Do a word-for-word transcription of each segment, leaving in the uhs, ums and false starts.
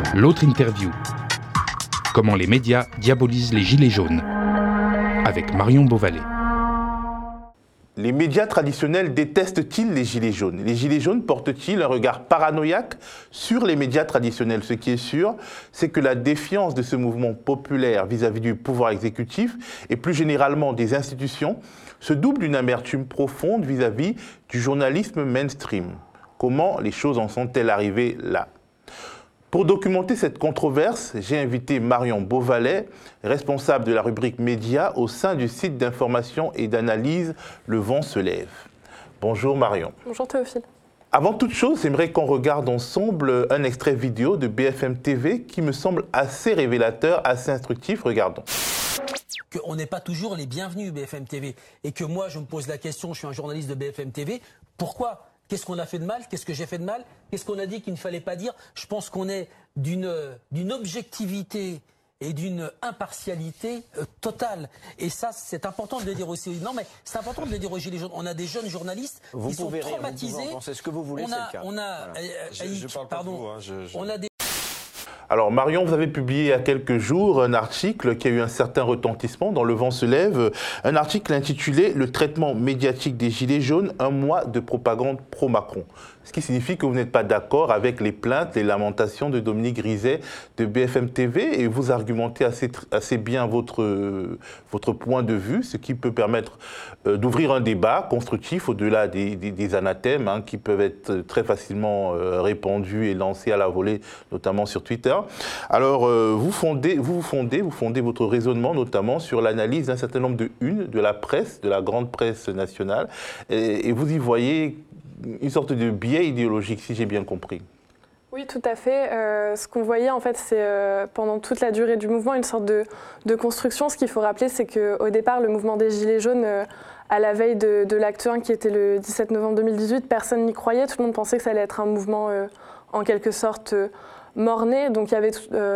L'autre interview. Comment les médias diabolisent les gilets jaunes. Avec Marion Beauvalet. Les médias traditionnels détestent-ils les gilets jaunes? Les gilets jaunes portent-ils un regard paranoïaque sur les médias traditionnels? Ce qui est sûr, c'est que la défiance de ce mouvement populaire vis-à-vis du pouvoir exécutif et plus généralement des institutions se double d'une amertume profonde vis-à-vis du journalisme mainstream. Comment les choses en sont-elles arrivées là? Pour documenter cette controverse, j'ai invité Marion Beauvalet, responsable de la rubrique Médias au sein du site d'information et d'analyse Le Vent se lève. Bonjour Marion. Bonjour Théophile. Avant toute chose, j'aimerais qu'on regarde ensemble un extrait vidéo de B F M T V qui me semble assez révélateur, assez instructif. Regardons. Qu'on n'est pas toujours les bienvenus B F M T V et que moi je me pose la question, je suis un journaliste de B F M T V, pourquoi ? Qu'est-ce qu'on a fait de mal? Qu'est-ce que j'ai fait de mal? Qu'est-ce qu'on a dit qu'il ne fallait pas dire? Je pense qu'on est d'une d'une objectivité et d'une impartialité euh, totale. Et ça, c'est important de le dire aussi. Non, mais c'est important de le dire aux Gilets jaunes. On a des jeunes journalistes vous qui sont rire, traumatisés. Vous pouvez en penser ce que vous voulez, on a, c'est le cas. on a, Voilà. euh, je, je parle pardon, pas de vous, hein, je, je... on a des... Alors Marion, vous avez publié il y a quelques jours un article qui a eu un certain retentissement dans Le Vent se lève, un article intitulé « Le traitement médiatique des Gilets jaunes, un mois de propagande pro-Macron ». Ce qui signifie que vous n'êtes pas d'accord avec les plaintes, les lamentations de Dominique Rizet de B F M T V et vous argumentez assez, assez bien votre, votre point de vue, ce qui peut permettre euh, d'ouvrir un débat constructif au-delà des, des, des anathèmes hein, qui peuvent être très facilement euh, répandus et lancés à la volée, notamment sur Twitter. Alors, euh, vous, fondez, vous, vous, fondez, vous fondez votre raisonnement notamment sur l'analyse d'un certain nombre de unes de la presse, de la grande presse nationale, et, et vous y voyez une sorte de biais idéologique, si j'ai bien compris. Oui, tout à fait. Euh, ce qu'on voyait, en fait, c'est euh, pendant toute la durée du mouvement, une sorte de, de construction. Ce qu'il faut rappeler, c'est qu'au départ, le mouvement des Gilets jaunes, euh, à la veille de, de l'acte un, qui était le dix-sept novembre deux mille dix-huit, personne n'y croyait. Tout le monde pensait que ça allait être un mouvement, euh, en quelque sorte, euh, mort-né. Donc, il y avait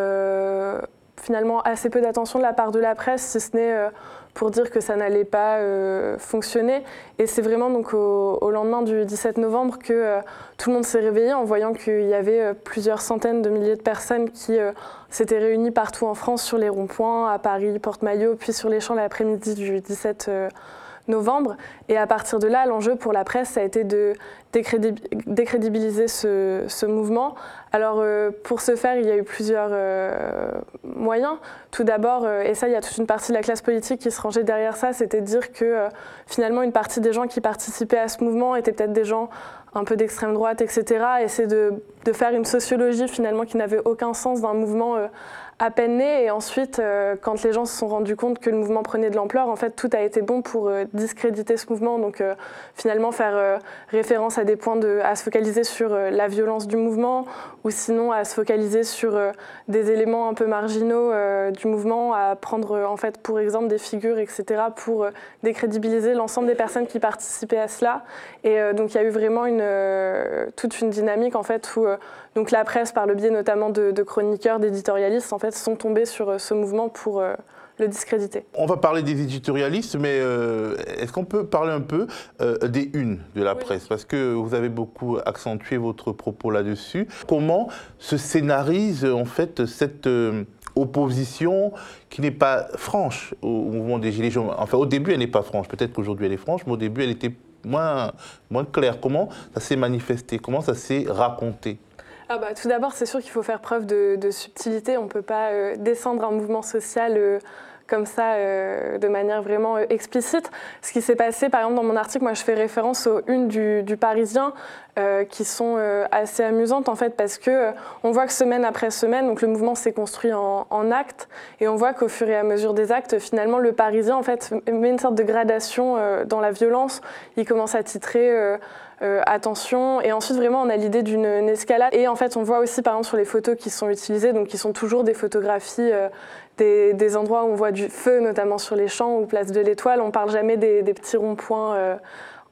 euh, finalement assez peu d'attention de la part de la presse, si ce n'est... Euh, pour dire que ça n'allait pas euh, fonctionner. Et c'est vraiment donc au, au lendemain du dix-sept novembre que euh, tout le monde s'est réveillé en voyant qu'il y avait euh, plusieurs centaines de milliers de personnes qui euh, s'étaient réunies partout en France, sur les ronds-points, à Paris, Porte-Maillot, puis sur les champs l'après-midi du dix-sept novembre. Et à partir de là, l'enjeu pour la presse, ça a été de décrédibiliser ce, ce mouvement. Alors, euh, pour ce faire, il y a eu plusieurs euh, moyens. Tout d'abord, euh, et ça, il y a toute une partie de la classe politique qui se rangeait derrière ça, c'était de dire que euh, finalement, une partie des gens qui participaient à ce mouvement étaient peut-être des gens un peu d'extrême droite, et cetera. Et c'est de, de faire une sociologie finalement qui n'avait aucun sens d'un mouvement euh, à peine né. Et ensuite, euh, quand les gens se sont rendus compte que le mouvement prenait de l'ampleur, en fait, tout a été bon pour euh, discréditer ce mouvement. Donc, euh, finalement, faire euh, référence à des points de, à se focaliser sur euh, la violence du mouvement, ou sinon à se focaliser sur euh, des éléments un peu marginaux euh, du mouvement, à prendre euh, en fait pour exemple des figures, et cetera, pour euh, décrédibiliser l'ensemble des personnes qui participaient à cela. Et euh, donc, il y a eu vraiment une, euh, toute une dynamique en fait où euh, donc la presse, par le biais notamment de, de chroniqueurs, d'éditorialistes, en fait, sont tombés sur euh, ce mouvement pour euh, le discréditer. On va parler des éditorialistes, mais euh, est-ce qu'on peut parler un peu euh, des unes de la oui. presse? Parce que vous avez beaucoup accentué votre propos là-dessus. Comment se scénarise en fait cette euh, opposition qui n'est pas franche au, au mouvement des Gilets jaunes? Enfin, au début, elle n'est pas franche. Peut-être qu'aujourd'hui, elle est franche, mais au début, elle était moins, moins claire. Comment ça s'est manifesté? Comment ça s'est raconté? Ah bah, tout d'abord, c'est sûr qu'il faut faire preuve de, de subtilité. On ne peut pas euh, descendre un mouvement social euh, comme ça, euh, de manière vraiment euh, explicite. Ce qui s'est passé, par exemple, dans mon article, moi, je fais référence aux unes du, du Parisien, euh, qui sont euh, assez amusantes, en fait, parce que euh, on voit que semaine après semaine, donc le mouvement s'est construit en, en actes, et on voit qu'au fur et à mesure des actes, finalement, le Parisien, en fait, met une sorte de gradation euh, dans la violence. Il commence à titrer... Euh, Euh, attention, et ensuite vraiment on a l'idée d'une escalade, et en fait on voit aussi par exemple sur les photos qui sont utilisées, donc qui sont toujours des photographies euh, des, des endroits où on voit du feu, notamment sur les champs ou place de l'Étoile. On parle jamais des, des petits ronds-points euh,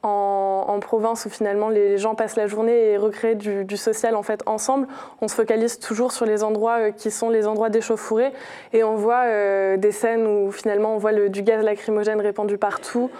en, en province où finalement les gens passent la journée et recréent du, du social en fait ensemble, on se focalise toujours sur les endroits euh, qui sont les endroits d'échauffourée et on voit euh, des scènes où finalement on voit le, du gaz lacrymogène répandu partout,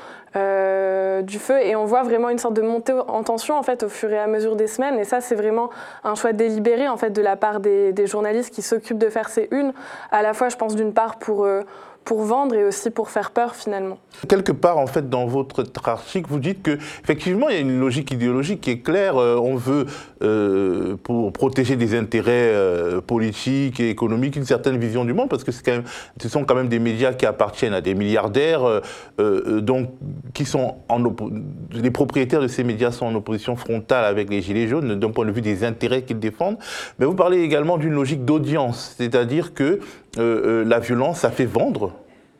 euh, du feu, et on voit vraiment une sorte de montée en tension en fait au fur et à mesure des semaines, et ça c'est vraiment un choix délibéré en fait de la part des, des journalistes qui s'occupent de faire ces unes, à la fois je pense d'une part pour euh, pour vendre et aussi pour faire peur finalement. Quelque part, en fait, dans votre article, vous dites qu'effectivement, il y a une logique idéologique qui est claire. Euh, on veut, euh, pour protéger des intérêts euh, politiques et économiques, une certaine vision du monde, parce que c'est quand même, ce sont quand même des médias qui appartiennent à des milliardaires, euh, euh, donc, qui sont en oppo- les propriétaires de ces médias sont en opposition frontale avec les Gilets jaunes, d'un point de vue des intérêts qu'ils défendent. Mais vous parlez également d'une logique d'audience, c'est-à-dire que euh, euh, la violence, ça fait vendre.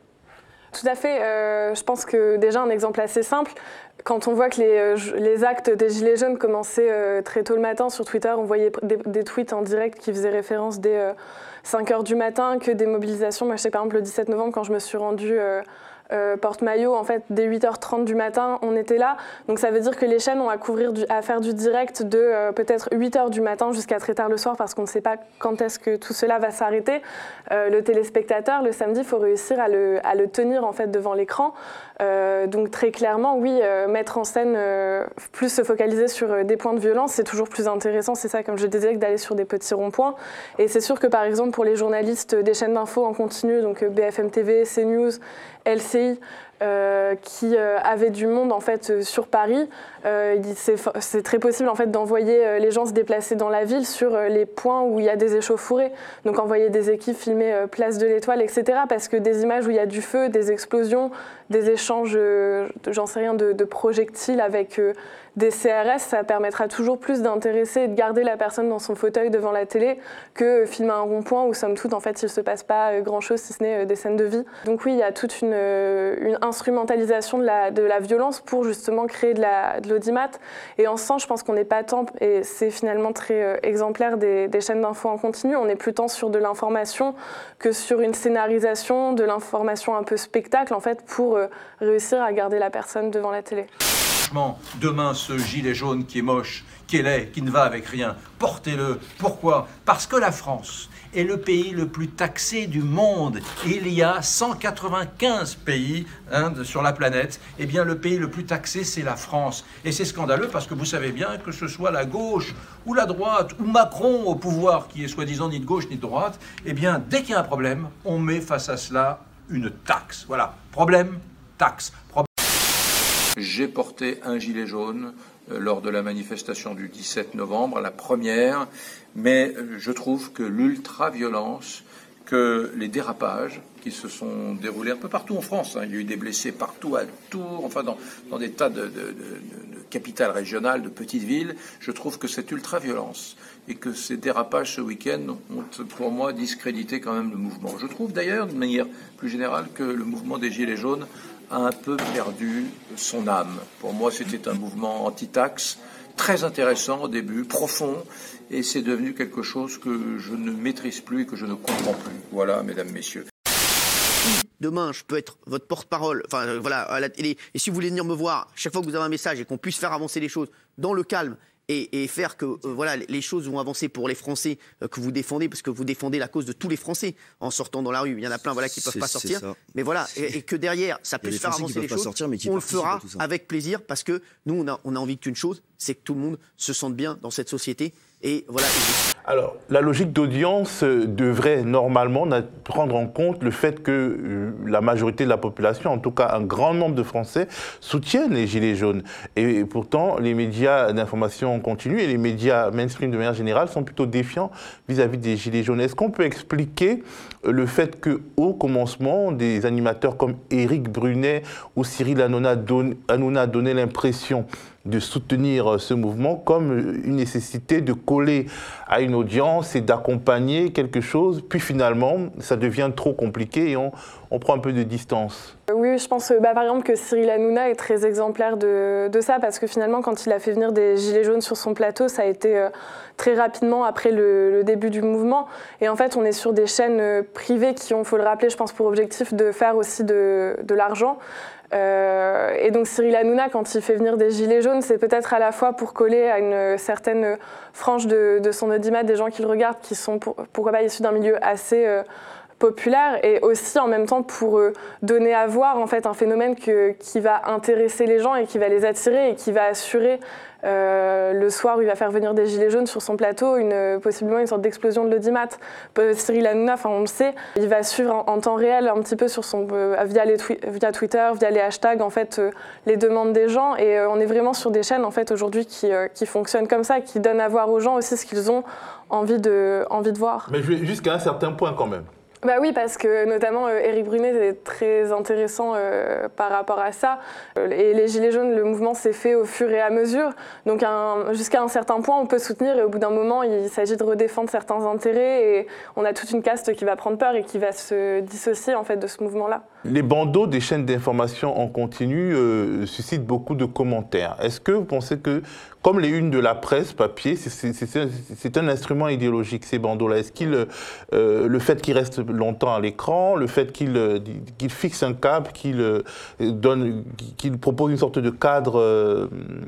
Tout à fait. Euh, je pense que déjà un exemple assez simple, quand on voit que les, les actes des Gilets jaunes commençaient euh, très tôt le matin sur Twitter, on voyait des, des tweets en direct qui faisaient référence dès euh, cinq heures du matin, que des mobilisations. Moi je sais par exemple le dix-sept novembre quand je me suis rendue euh, euh, porte-maillot, en fait dès huit heures trente du matin on était là. Donc ça veut dire que les chaînes ont à, couvrir du, à faire du direct de euh, peut-être huit heures du matin jusqu'à très tard le soir parce qu'on ne sait pas quand est-ce que tout cela va s'arrêter. Euh, le téléspectateur le samedi il faut réussir à le, à le tenir en fait devant l'écran. Euh, donc très clairement, oui, euh, mettre en scène, euh, plus se focaliser sur euh, des points de violence, c'est toujours plus intéressant, c'est ça, comme je disais, que d'aller sur des petits ronds-points. Et c'est sûr que par exemple pour les journalistes des chaînes d'infos en continu, donc B F M T V, CNews, L C I, Euh, qui euh, avaient du monde en fait euh, sur Paris, euh, c'est, c'est très possible en fait d'envoyer euh, les gens se déplacer dans la ville sur euh, les points où il y a des échauffourées, donc envoyer des équipes filmer euh, place de l'Étoile, et cetera. Parce que des images où il y a du feu, des explosions, des échanges, euh, j'en sais rien, de, de projectiles avec euh, des C R S, ça permettra toujours plus d'intéresser et de garder la personne dans son fauteuil devant la télé que filmer un rond-point où somme toute en fait il ne se passe pas grand-chose si ce n'est des scènes de vie. Donc oui, il y a toute une, une instrumentalisation de la, de la violence pour justement créer de, la, de l'audimat. Et en ce sens, je pense qu'on n'est pas tant, et c'est finalement très euh, exemplaire des, des chaînes d'infos en continu, on est plus tant sur de l'information que sur une scénarisation, de l'information un peu spectacle en fait pour euh, réussir à garder la personne devant la télé. Demain, ce gilet jaune qui est moche, qui est laid, qui ne va avec rien, portez-le. Pourquoi ? Parce que la France est le pays le plus taxé du monde. Il y a cent quatre-vingt-quinze pays hein, sur la planète. Eh bien, le pays le plus taxé, c'est la France. Et c'est scandaleux parce que vous savez bien que ce soit la gauche ou la droite ou Macron au pouvoir, qui est soi-disant ni de gauche ni de droite, eh bien, dès qu'il y a un problème, on met face à cela une taxe. Voilà. Problème, taxe. Problème. J'ai porté un gilet jaune euh, lors de la manifestation du dix-sept novembre, la première, mais euh, je trouve que l'ultra-violence, que les dérapages qui se sont déroulés un peu partout en France, hein, il y a eu des blessés partout, à Tours, enfin dans, dans des tas de, de, de, de capitales régionales, de petites villes, je trouve que cette ultra-violence et que ces dérapages ce week-end ont pour moi discrédité quand même le mouvement. Je trouve d'ailleurs, de manière plus générale, que le mouvement des Gilets jaunes a un peu perdu son âme. Pour moi, c'était un mouvement anti-taxe, très intéressant au début, profond, et c'est devenu quelque chose que je ne maîtrise plus et que je ne comprends plus. Voilà, mesdames, messieurs. Demain, je peux être votre porte-parole, enfin euh, voilà, à la télé, et si vous voulez venir me voir, chaque fois que vous avez un message et qu'on puisse faire avancer les choses dans le calme, Et, et faire que euh, voilà, les choses vont avancer pour les Français euh, que vous défendez, parce que vous défendez la cause de tous les Français en sortant dans la rue. Il y en a plein voilà, qui ne peuvent pas sortir. Mais voilà, et, et que derrière, ça puisse faire avancer les choses. Sortir, on le fera avec plaisir, parce que nous, on a, on a envie qu'une chose, c'est que tout le monde se sente bien dans cette société. Et voilà. Alors, la logique d'audience devrait normalement prendre en compte le fait que la majorité de la population, en tout cas un grand nombre de Français, soutiennent les Gilets jaunes. Et pourtant, les médias d'information continue et les médias mainstream de manière générale sont plutôt défiants vis-à-vis des Gilets jaunes. Est-ce qu'on peut expliquer le fait qu'au commencement, des animateurs comme Éric Brunet ou Cyril Hanouna donnaient l'impression de soutenir ce mouvement comme une nécessité de coller à une audience et d'accompagner quelque chose, puis finalement ça devient trop compliqué et on, on prend un peu de distance? Oui, je pense bah, par exemple que Cyril Hanouna est très exemplaire de, de ça, parce que finalement, quand il a fait venir des Gilets jaunes sur son plateau, ça a été euh, très rapidement après le, le début du mouvement. Et en fait, on est sur des chaînes euh, privées qui ont, il faut le rappeler, je pense, pour objectif de faire aussi de, de l'argent. Euh, et donc Cyril Hanouna, quand il fait venir des Gilets jaunes, c'est peut-être à la fois pour coller à une certaine frange de, de son audimat, des gens qui le regardent, qui sont pour, pourquoi pas issus d'un milieu assez euh, populaire, et aussi en même temps pour euh, donner à voir en fait un phénomène que, qui va intéresser les gens et qui va les attirer et qui va assurer euh, le soir où il va faire venir des Gilets jaunes sur son plateau une, possiblement une sorte d'explosion de l'audimat. Cyril Hanouna, enfin on le sait, il va suivre en, en temps réel un petit peu sur son, euh, via, les twi- via Twitter, via les hashtags en fait euh, les demandes des gens, et euh, on est vraiment sur des chaînes en fait aujourd'hui qui, euh, qui fonctionnent comme ça, qui donnent à voir aux gens aussi ce qu'ils ont envie de, envie de voir. Mais jusqu'à un certain point quand même. Bah oui, parce que notamment euh, Éric Brunet est très intéressant euh, par rapport à ça. Euh, et les Gilets jaunes, le mouvement s'est fait au fur et à mesure. Donc un, jusqu'à un certain point, on peut soutenir, et au bout d'un moment, il s'agit de redéfendre certains intérêts. Et on a toute une caste qui va prendre peur et qui va se dissocier en fait de ce mouvement-là. Les bandeaux des chaînes d'information en continu euh, suscitent beaucoup de commentaires. Est-ce que vous pensez que, comme les unes de la presse papier, c'est, c'est, c'est, c'est un instrument idéologique, ces bandeaux-là? Est-ce qu'il, euh, le fait qu'ils restent longtemps à l'écran, le fait qu'ils, qu'ils fixent un cap, qu'ils, donnent, qu'ils proposent une sorte de cadre euh,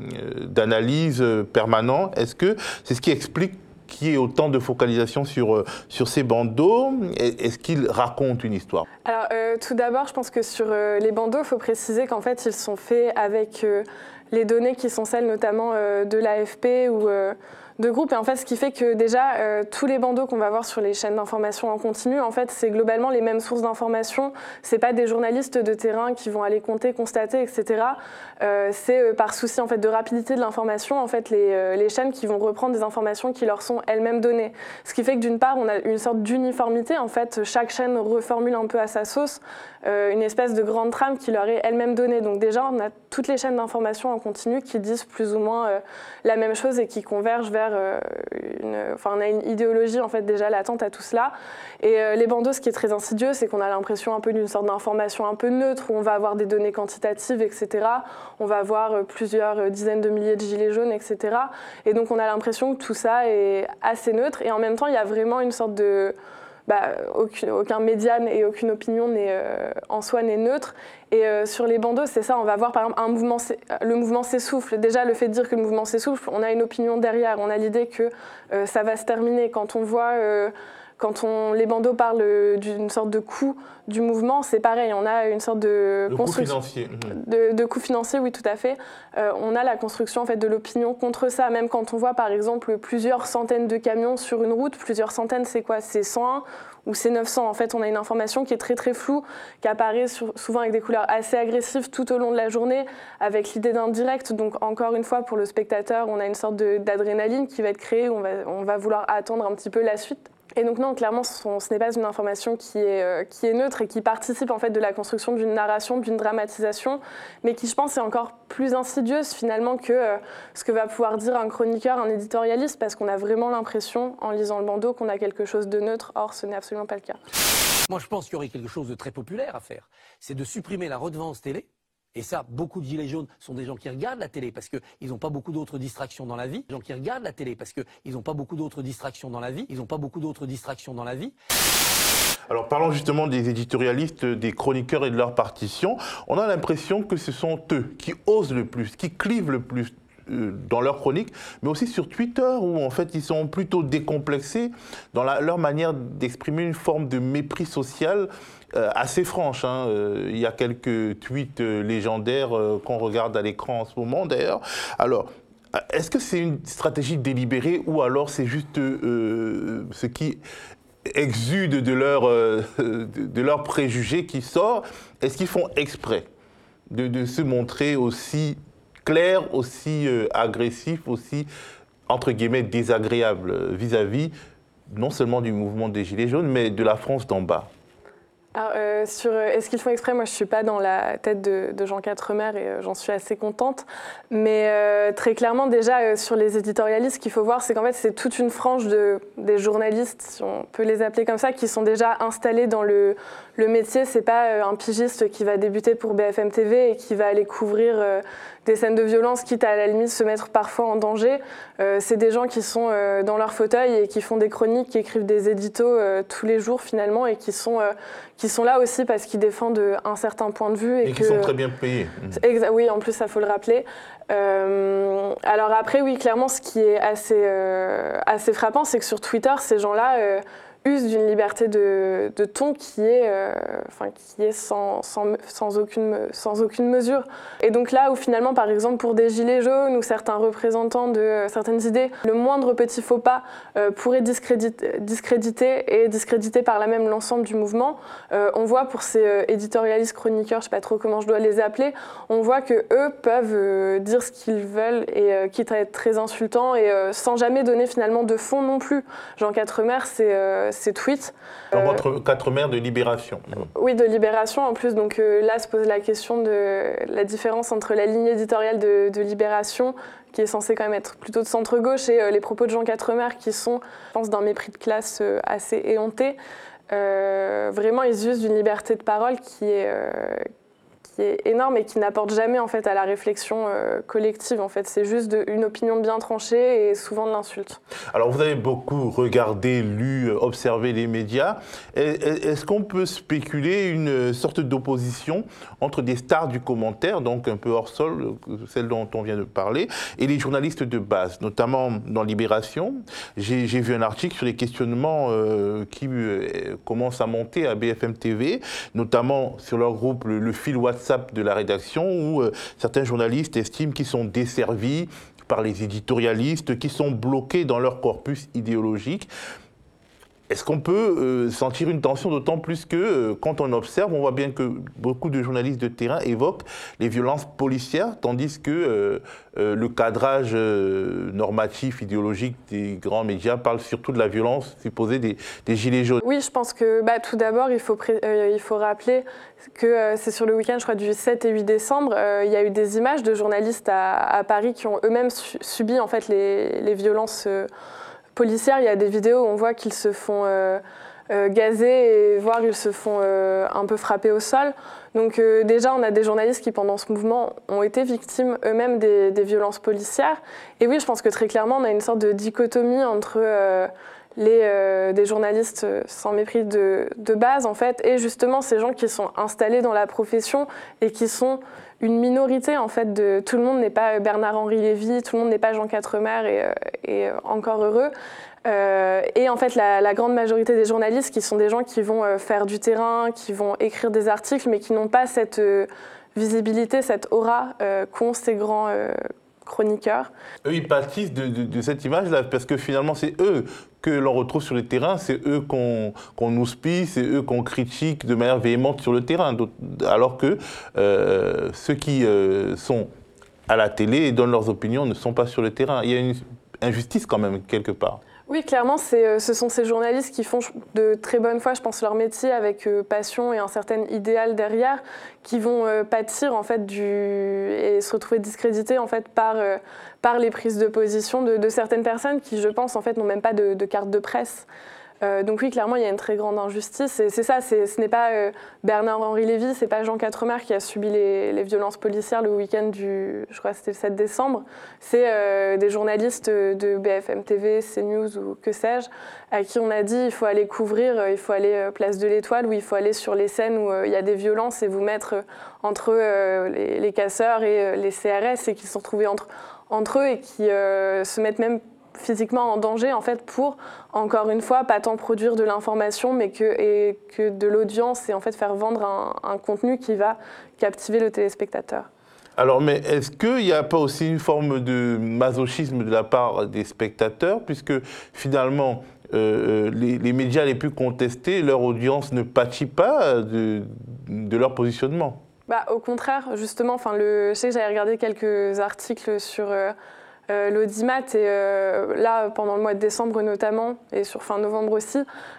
d'analyse permanent, est-ce que c'est ce qui explique qu'il y ait autant de focalisation sur, sur ces bandeaux? Est-ce qu'ils racontent une histoire? Alors, euh, tout d'abord, je pense que sur euh, les bandeaux, il faut préciser qu'en fait, ils sont faits avec euh, les données qui sont celles notamment euh, de l'A F P ou euh, de groupes. Et en fait, ce qui fait que déjà, euh, tous les bandeaux qu'on va voir sur les chaînes d'information en continu, en fait, c'est globalement les mêmes sources d'information. C'est pas des journalistes de terrain qui vont aller compter, constater, et cetera. Euh, c'est euh, par souci en fait de rapidité de l'information, en fait, les, euh, les chaînes qui vont reprendre des informations qui leur sont elles-mêmes données. Ce qui fait que d'une part, on a une sorte d'uniformité. En fait, chaque chaîne reformule un peu à sa sauce euh, une espèce de grande trame qui leur est elle-même donnée. Donc déjà, on a toutes les chaînes d'information en continu qui disent plus ou moins euh, la même chose et qui convergent vers euh, une, enfin, on a une idéologie en fait déjà latente à tout cela. Et euh, les bandeaux, ce qui est très insidieux, c'est qu'on a l'impression un peu d'une sorte d'information un peu neutre où on va avoir des données quantitatives, et cetera. On va avoir euh, plusieurs euh, dizaines de milliers de gilets jaunes, et cetera. Et donc on a l'impression que tout ça est assez neutre. Et en même temps, il y a vraiment une sorte de Bah, aucun, aucun média et aucune opinion n'est, euh, en soi n'est neutre. Et euh, sur les bandeaux, c'est ça, on va voir par exemple un mouvement, le mouvement s'essouffle. Déjà, le fait de dire que le mouvement s'essouffle, on a une opinion derrière, on a l'idée que euh, ça va se terminer. Quand on voit, euh, quand on, les bandeaux parlent d'une sorte de coût du mouvement, c'est pareil, on a une sorte de, de construction. Coût financier. De, de coût financier, oui, tout à fait. Euh, on a la construction en fait, de l'opinion contre ça. Même quand on voit par exemple plusieurs centaines de camions sur une route, plusieurs centaines, c'est quoi? C'est cent un ou c'est neuf cents. En fait, on a une information qui est très très floue, qui apparaît sur, souvent avec des couleurs assez agressives tout au long de la journée, avec l'idée d'un direct. Donc encore une fois, pour le spectateur, on a une sorte de, d'adrénaline qui va être créée, on va, on va vouloir attendre un petit peu la suite. Et donc non, clairement, ce, sont, ce n'est pas une information qui est, euh, qui est neutre et qui participe en fait de la construction d'une narration, d'une dramatisation, mais qui, je pense, est encore plus insidieuse finalement que euh, ce que va pouvoir dire un chroniqueur, un éditorialiste, parce qu'on a vraiment l'impression, en lisant le bandeau, qu'on a quelque chose de neutre. Or, ce n'est absolument pas le cas. Moi, je pense qu'il y aurait quelque chose de très populaire à faire. C'est de supprimer la redevance télé. Et ça, beaucoup de gilets jaunes sont des gens qui regardent la télé parce qu'ils n'ont pas beaucoup d'autres distractions dans la vie. Des gens qui regardent la télé parce qu'ils n'ont pas beaucoup d'autres distractions dans la vie. Ils n'ont pas beaucoup d'autres distractions dans la vie. Alors parlons justement des éditorialistes, des chroniqueurs et de leur partition. On a l'impression que ce sont eux qui osent le plus, qui clivent le plus dans leurs chroniques, mais aussi sur Twitter, où en fait ils sont plutôt décomplexés dans la, leur manière d'exprimer une forme de mépris social euh, assez franche. Hein. Euh, il y a quelques tweets euh, légendaires euh, qu'on regarde à l'écran en ce moment d'ailleurs. Alors, est-ce que c'est une stratégie délibérée ou alors c'est juste euh, ce qui exude de leur, euh, de leur préjugé qui sort? Est-ce qu'ils font exprès de, de se montrer aussi clair, aussi euh, agressif, aussi, entre guillemets, désagréable vis-à-vis non seulement du mouvement des Gilets jaunes, mais de la France d'en bas? Alors, euh, sur euh, est-ce qu'ils font exprès, moi je ne suis pas dans la tête de, de Jean Quatremer et euh, j'en suis assez contente. Mais euh, très clairement, déjà euh, sur les éditorialistes, ce qu'il faut voir, c'est qu'en fait c'est toute une frange de, des journalistes, si on peut les appeler comme ça, qui sont déjà installés dans le, le métier. Ce n'est pas euh, un pigiste qui va débuter pour B F M T V et qui va aller couvrir euh, des scènes de violence, quitte à, à la limite se mettre parfois en danger. Euh, c'est des gens qui sont euh, dans leur fauteuil et qui font des chroniques, qui écrivent des éditos euh, tous les jours finalement et qui sont... Euh, qui sont là aussi parce qu'ils défendent un certain point de vue. Et, et que, qui sont très bien payés. Exa- oui, en plus, ça faut le rappeler. Euh, alors après, oui, clairement, ce qui est assez, euh, assez frappant, c'est que sur Twitter, ces gens-là euh, usent d'une liberté de, de ton qui est, euh, enfin, qui est sans, sans, sans, aucune, sans aucune mesure. Et donc là où finalement, par exemple, pour des gilets jaunes ou certains représentants de euh, certaines idées, le moindre petit faux pas euh, pourrait discréditer, discréditer et discréditer par là même l'ensemble du mouvement, euh, on voit pour ces euh, éditorialistes chroniqueurs, je ne sais pas trop comment je dois les appeler, on voit qu'eux peuvent euh, dire ce qu'ils veulent et euh, quitte à être très insultants et euh, sans jamais donner finalement de fond non plus. Jean Quatremer, c'est euh, ses tweets. Dans votre Quatremer de Libération. Oui, de Libération en plus. Donc euh, là se pose la question de la différence entre la ligne éditoriale de, de Libération, qui est censée quand même être plutôt de centre-gauche, et euh, les propos de Jean Quatremer qui sont, je pense, d'un mépris de classe euh, assez éhonté. Euh, vraiment, ils usent d'une liberté de parole qui est... Euh, qui est énorme et qui n'apporte jamais en fait à la réflexion euh, collective. En fait, c'est juste de, une opinion bien tranchée et souvent de l'insulte. Alors, vous avez beaucoup regardé, lu, observé les médias. Est-ce qu'on peut spéculer une sorte d'opposition entre des stars du commentaire, donc un peu hors sol, celle dont on vient de parler, et les journalistes de base, notamment dans Libération? J'ai vu un article sur les questionnements euh, qui euh, commencent à monter à B F M T V, notamment sur leur groupe, le, le fil WhatsApp de la rédaction, où euh, certains journalistes estiment qu'ils sont desservis par les éditorialistes, qui sont bloqués dans leur corpus idéologique. Est-ce qu'on peut euh, sentir une tension, d'autant plus que euh, quand on observe, on voit bien que beaucoup de journalistes de terrain évoquent les violences policières, tandis que euh, euh, le cadrage euh, normatif, idéologique des grands médias parle surtout de la violence supposée des, des gilets jaunes. Oui, je pense que bah, tout d'abord, il faut, euh, il faut rappeler que euh, c'est sur le week-end, je crois, du sept et huit décembre, euh, il y a eu des images de journalistes à, à Paris qui ont eux-mêmes su subi en fait, les, les violences euh, policières. Il y a des vidéos où on voit qu'ils se font euh, euh, gazer et voire ils se font euh, un peu frapper au sol. Donc euh, déjà, on a des journalistes qui, pendant ce mouvement, ont été victimes eux-mêmes des, des violences policières. Et oui, je pense que très clairement, on a une sorte de dichotomie entre euh, les, euh, des journalistes sans mépris de, de base, en fait, et justement ces gens qui sont installés dans la profession et qui sont une minorité, en fait, de tout le monde n'est pas Bernard-Henri Lévy, tout le monde n'est pas Jean Quatremer, et, et encore heureux. Euh, et en fait, la, la grande majorité des journalistes qui sont des gens qui vont euh, faire du terrain, qui vont écrire des articles, mais qui n'ont pas cette euh, visibilité, cette aura euh, qu'ont ces grands euh, chroniqueurs. Eux, ils pâtissent de, de, de cette image-là, parce que finalement, c'est eux que l'on retrouve sur le terrain, c'est eux qu'on qu'on nous spie, c'est eux qu'on critique de manière véhémente sur le terrain, alors que euh, ceux qui euh, sont à la télé et donnent leurs opinions ne sont pas sur le terrain. Il y a une injustice quand même, quelque part. Oui, clairement, ce sont ces journalistes qui font de très bonne foi, je pense, leur métier avec euh, passion et un certain idéal derrière, qui vont euh, pâtir en fait du et se retrouver discrédités en fait par euh, par les prises de position de, de certaines personnes qui, je pense, en fait, n'ont même pas de, de carte de presse. Euh, donc oui, clairement, il y a une très grande injustice. Et c'est ça, ce n'est pas euh, Bernard-Henri Lévy, c'est pas Jean Quatremer qui a subi les, les violences policières le week-end du, je crois que c'était le sept décembre. C'est euh, des journalistes de B F M T V, CNews ou que sais-je, à qui on a dit il faut aller couvrir, euh, il faut aller euh, place de l'Étoile, ou il faut aller sur les scènes où euh, il y a des violences et vous mettre euh, entre euh, les, les casseurs et euh, les C R S, et qu'ils se sont retrouvés entre, entre eux et qui euh, se mettent même physiquement en danger en fait pour, encore une fois, pas tant produire de l'information mais que, et que de l'audience, et en fait faire vendre un, un contenu qui va captiver le téléspectateur. Alors, mais est-ce qu'il n'y a pas aussi une forme de masochisme de la part des spectateurs, puisque finalement, euh, les, les médias les plus contestés, leur audience ne pâtit pas de, de leur positionnement? Bah, au contraire, justement, le, je sais que j'avais regardé quelques articles sur euh, Euh, l'audimat, et euh, là, pendant le mois de décembre notamment, et sur fin novembre aussi,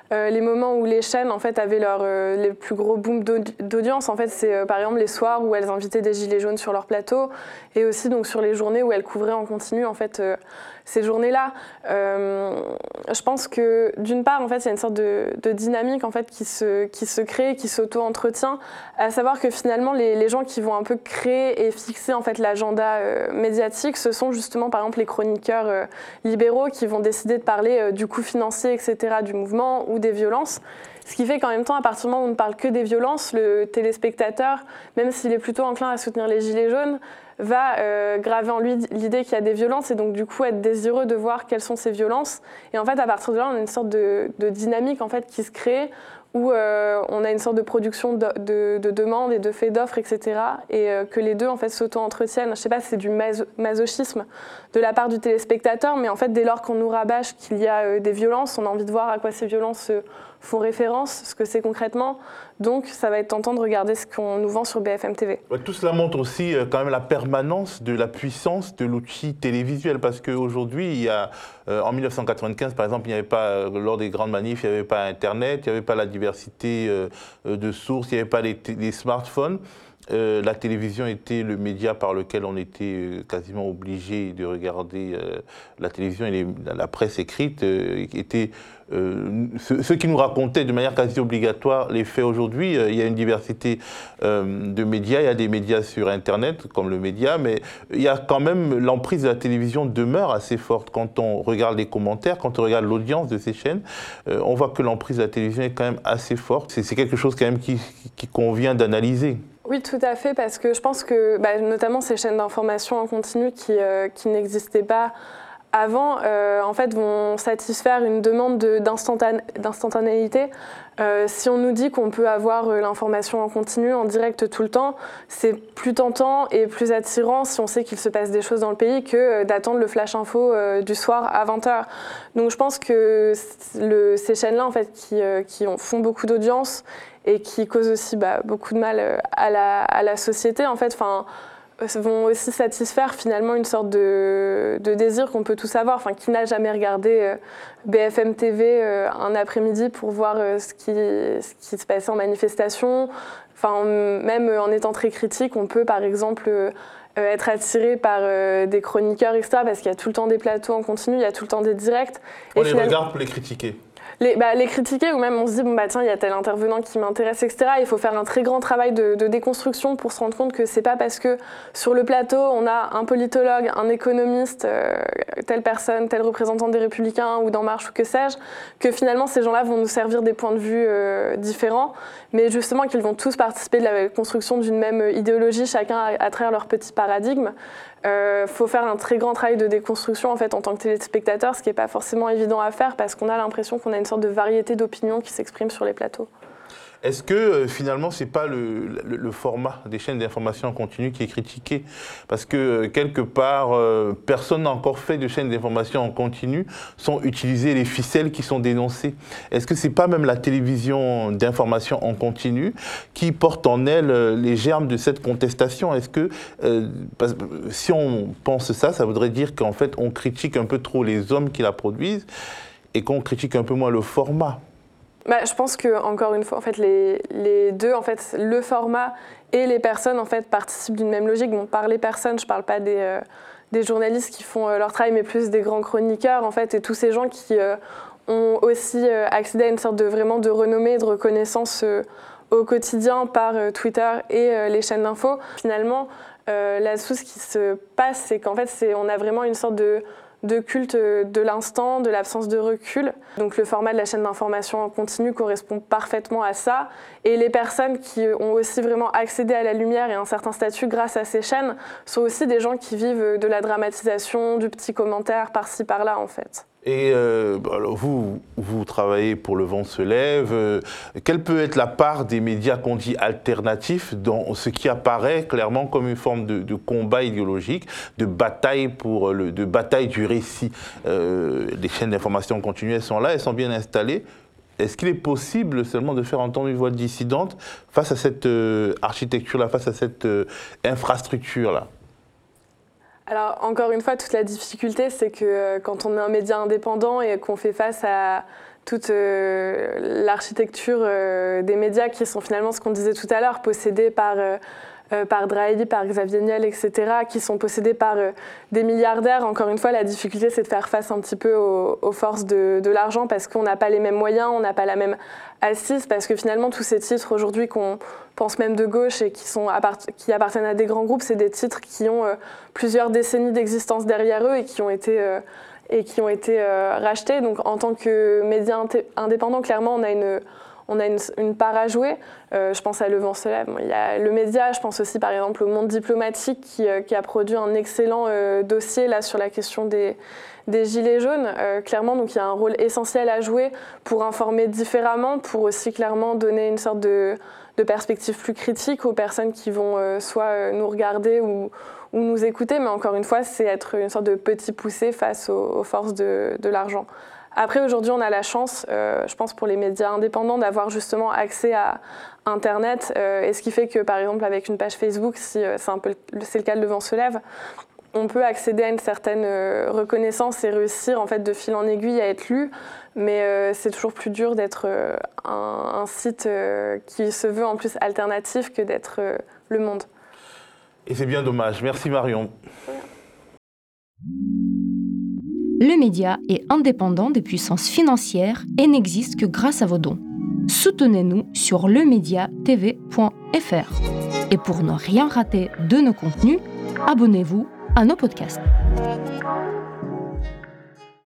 euh, les moments où les chaînes en fait avaient leur, euh, les plus gros booms d'audience, en fait, c'est euh, par exemple les soirs où elles invitaient des gilets jaunes sur leur plateau, et aussi donc sur les journées où elles couvraient en continu en fait euh, ces journées-là. Euh, je pense que d'une part, en fait, il y a une sorte de, de dynamique en fait qui se qui se crée, qui s'auto-entretient, à savoir que finalement les, les gens qui vont un peu créer et fixer en fait l'agenda euh, médiatique, ce sont justement par exemple les chroniqueurs euh, libéraux qui vont décider de parler euh, du coût financier, et cetera, du mouvement ou des violences. Ce qui fait qu'en même temps, à partir du moment où on ne parle que des violences, le téléspectateur, même s'il est plutôt enclin à soutenir les gilets jaunes, va euh, graver en lui l'idée qu'il y a des violences et donc du coup être désireux de voir quelles sont ces violences. Et en fait, à partir de là, on a une sorte de, de dynamique en fait qui se crée où euh, on a une sorte de production de, de, de demandes et de faits d'offres, et cetera. Et euh, que les deux en fait s'auto-entretiennent. Je ne sais pas si c'est du maso- masochisme de la part du téléspectateur, mais en fait, dès lors qu'on nous rabâche qu'il y a euh, des violences, on a envie de voir à quoi ces violences euh, font référence, ce que c'est concrètement. Donc, ça va être tentant de regarder ce qu'on nous vend sur B F M T V. Ouais, tout cela montre aussi euh, quand même la permanence de la puissance de l'outil télévisuel, parce qu'aujourd'hui, il y a, euh, en mille neuf cent quatre-vingt-quinze, par exemple, il n'y avait pas, euh, lors des grandes manifs, il n'y avait pas Internet, il n'y avait pas la diversité euh, de sources, il n'y avait pas les, les smartphones. Euh, la télévision était le média par lequel on était euh, quasiment obligé de regarder euh, la télévision, et les, la presse écrite euh, était euh, ce, ce qui nous racontait de manière quasi obligatoire les faits. Aujourd'hui. Euh, il y a une diversité euh, de médias, il y a des médias sur Internet comme le média, mais il y a quand même l'emprise de la télévision demeure assez forte. Quand on regarde les commentaires, quand on regarde l'audience de ces chaînes, euh, on voit que l'emprise de la télévision est quand même assez forte. C'est, c'est quelque chose quand même qui, qui convient d'analyser. Oui, tout à fait, parce que je pense que bah, notamment ces chaînes d'information en continu qui, euh, qui n'existaient pas avant, euh, en fait, vont satisfaire une demande de, d'instantan- d'instantanéité. Euh, si on nous dit qu'on peut avoir euh, l'information en continu, en direct tout le temps, c'est plus tentant et plus attirant si on sait qu'il se passe des choses dans le pays que euh, d'attendre le flash info euh, du soir à vingt heures. Donc je pense que le, ces chaînes-là, en fait, qui, euh, qui ont, font beaucoup d'audience et qui causent aussi bah, beaucoup de mal à la, à la société, en fait, enfin, vont aussi satisfaire finalement une sorte de, de désir qu'on peut tous avoir. Enfin, qui n'a jamais regardé euh, B F M T V euh, un après-midi pour voir euh, ce, qui, ce qui se passait en manifestation. Enfin, même en étant très critique, on peut par exemple euh, être attiré par euh, des chroniqueurs, et cetera, parce qu'il y a tout le temps des plateaux en continu, il y a tout le temps des directs. On et les finalement, regarde pour les critiquer. Les, bah, les critiquer, ou même on se dit, bon, bah, tiens, il y a tel intervenant qui m'intéresse, et cetera. Il faut faire un très grand travail de, de déconstruction pour se rendre compte que c'est pas parce que sur le plateau, on a un politologue, un économiste, euh, telle personne, tel représentant des Républicains ou d'En Marche ou que sais-je, que finalement ces gens-là vont nous servir des points de vue euh, différents, mais justement qu'ils vont tous participer de la construction d'une même idéologie, chacun à, à travers leur petit paradigme. Il euh, faut faire un très grand travail de déconstruction en fait en tant que téléspectateur, ce qui n'est pas forcément évident à faire parce qu'on a l'impression qu'on a une sorte de variété d'opinions qui s'expriment sur les plateaux. Est-ce que euh, finalement c'est pas le, le, le format des chaînes d'information en continu qui est critiqué? Parce que euh, quelque part, euh, personne n'a encore fait de chaînes d'information en continu sans utiliser les ficelles qui sont dénoncées. Est-ce que c'est pas même la télévision d'information en continu qui porte en elle euh, les germes de cette contestation? Est-ce que euh, parce, si on pense ça, ça voudrait dire qu'en fait on critique un peu trop les hommes qui la produisent et qu'on critique un peu moins le format? Bah, je pense que encore une fois, en fait, les, les deux, en fait, le format et les personnes, en fait, participent d'une même logique. Bon, par les personnes, je parle pas des, euh, des journalistes qui font euh, leur travail, mais plus des grands chroniqueurs, en fait, et tous ces gens qui euh, ont aussi euh, accédé à une sorte de vraiment de renommée, de reconnaissance euh, au quotidien par euh, Twitter et euh, les chaînes d'info. Finalement, euh, là-dessous, ce qui se passe, c'est qu'en fait, c'est, on a vraiment une sorte de de culte de l'instant, de l'absence de recul. Donc le format de la chaîne d'information en continu correspond parfaitement à ça. Et les personnes qui ont aussi vraiment accédé à la lumière et à un certain statut grâce à ces chaînes sont aussi des gens qui vivent de la dramatisation, du petit commentaire par-ci par-là en fait. Et euh, alors vous, vous travaillez pour Le Vent se lève. Euh, quelle peut être la part des médias qu'on dit alternatifs dans ce qui apparaît clairement comme une forme de, de combat idéologique, de bataille, pour le, de bataille du récit? euh, Les chaînes d'information continue, elles sont là, elles sont bien installées. Est-ce qu'il est possible seulement de faire entendre une voix dissidente face à cette euh, architecture-là, face à cette euh, infrastructure-là? Alors, encore une fois, toute la difficulté, c'est que euh, quand on est un média indépendant et qu'on fait face à toute euh, l'architecture euh, des médias qui sont finalement ce qu'on disait tout à l'heure, possédés par, euh, euh, par Drahi, par Xavier Niel, et cetera, qui sont possédés par euh, des milliardaires. Encore une fois, la difficulté, c'est de faire face un petit peu aux, aux forces de, de l'argent parce qu'on n'a pas les mêmes moyens, on n'a pas la même assise, parce que finalement, tous ces titres aujourd'hui qu'on pense même de gauche et qui, sont appart- qui appartiennent à des grands groupes, c'est des titres qui ont euh, plusieurs décennies d'existence derrière eux et qui ont été... Euh, et qui ont été euh, rachetés. Donc en tant que média indépendant, clairement, on a une, on a une, une part à jouer. Euh, je pense à Le Vent se lève. Bon, il y a le média, je pense aussi par exemple au Monde diplomatique qui, euh, qui a produit un excellent euh, dossier là, sur la question des, des gilets jaunes. Euh, clairement, donc il y a un rôle essentiel à jouer pour informer différemment, pour aussi clairement donner une sorte de, de perspective plus critique aux personnes qui vont euh, soit euh, nous regarder ou ou nous écouter, mais encore une fois, c'est être une sorte de petit poussé face aux, aux forces de, de l'argent. Après, aujourd'hui, on a la chance, euh, je pense, pour les médias indépendants, d'avoir justement accès à Internet, euh, et ce qui fait que, par exemple, avec une page Facebook, si euh, c'est un peu c'est le cas de Le Vent se lève, on peut accéder à une certaine euh, reconnaissance et réussir, en fait, de fil en aiguille à être lu, mais euh, c'est toujours plus dur d'être euh, un, un site euh, qui se veut en plus alternatif que d'être euh, Le Monde. Et c'est bien dommage. Merci Marion. Le média est indépendant des puissances financières et n'existe que grâce à vos dons. Soutenez-nous sur lemedia t v point f r. Et pour ne rien rater de nos contenus, abonnez-vous à nos podcasts.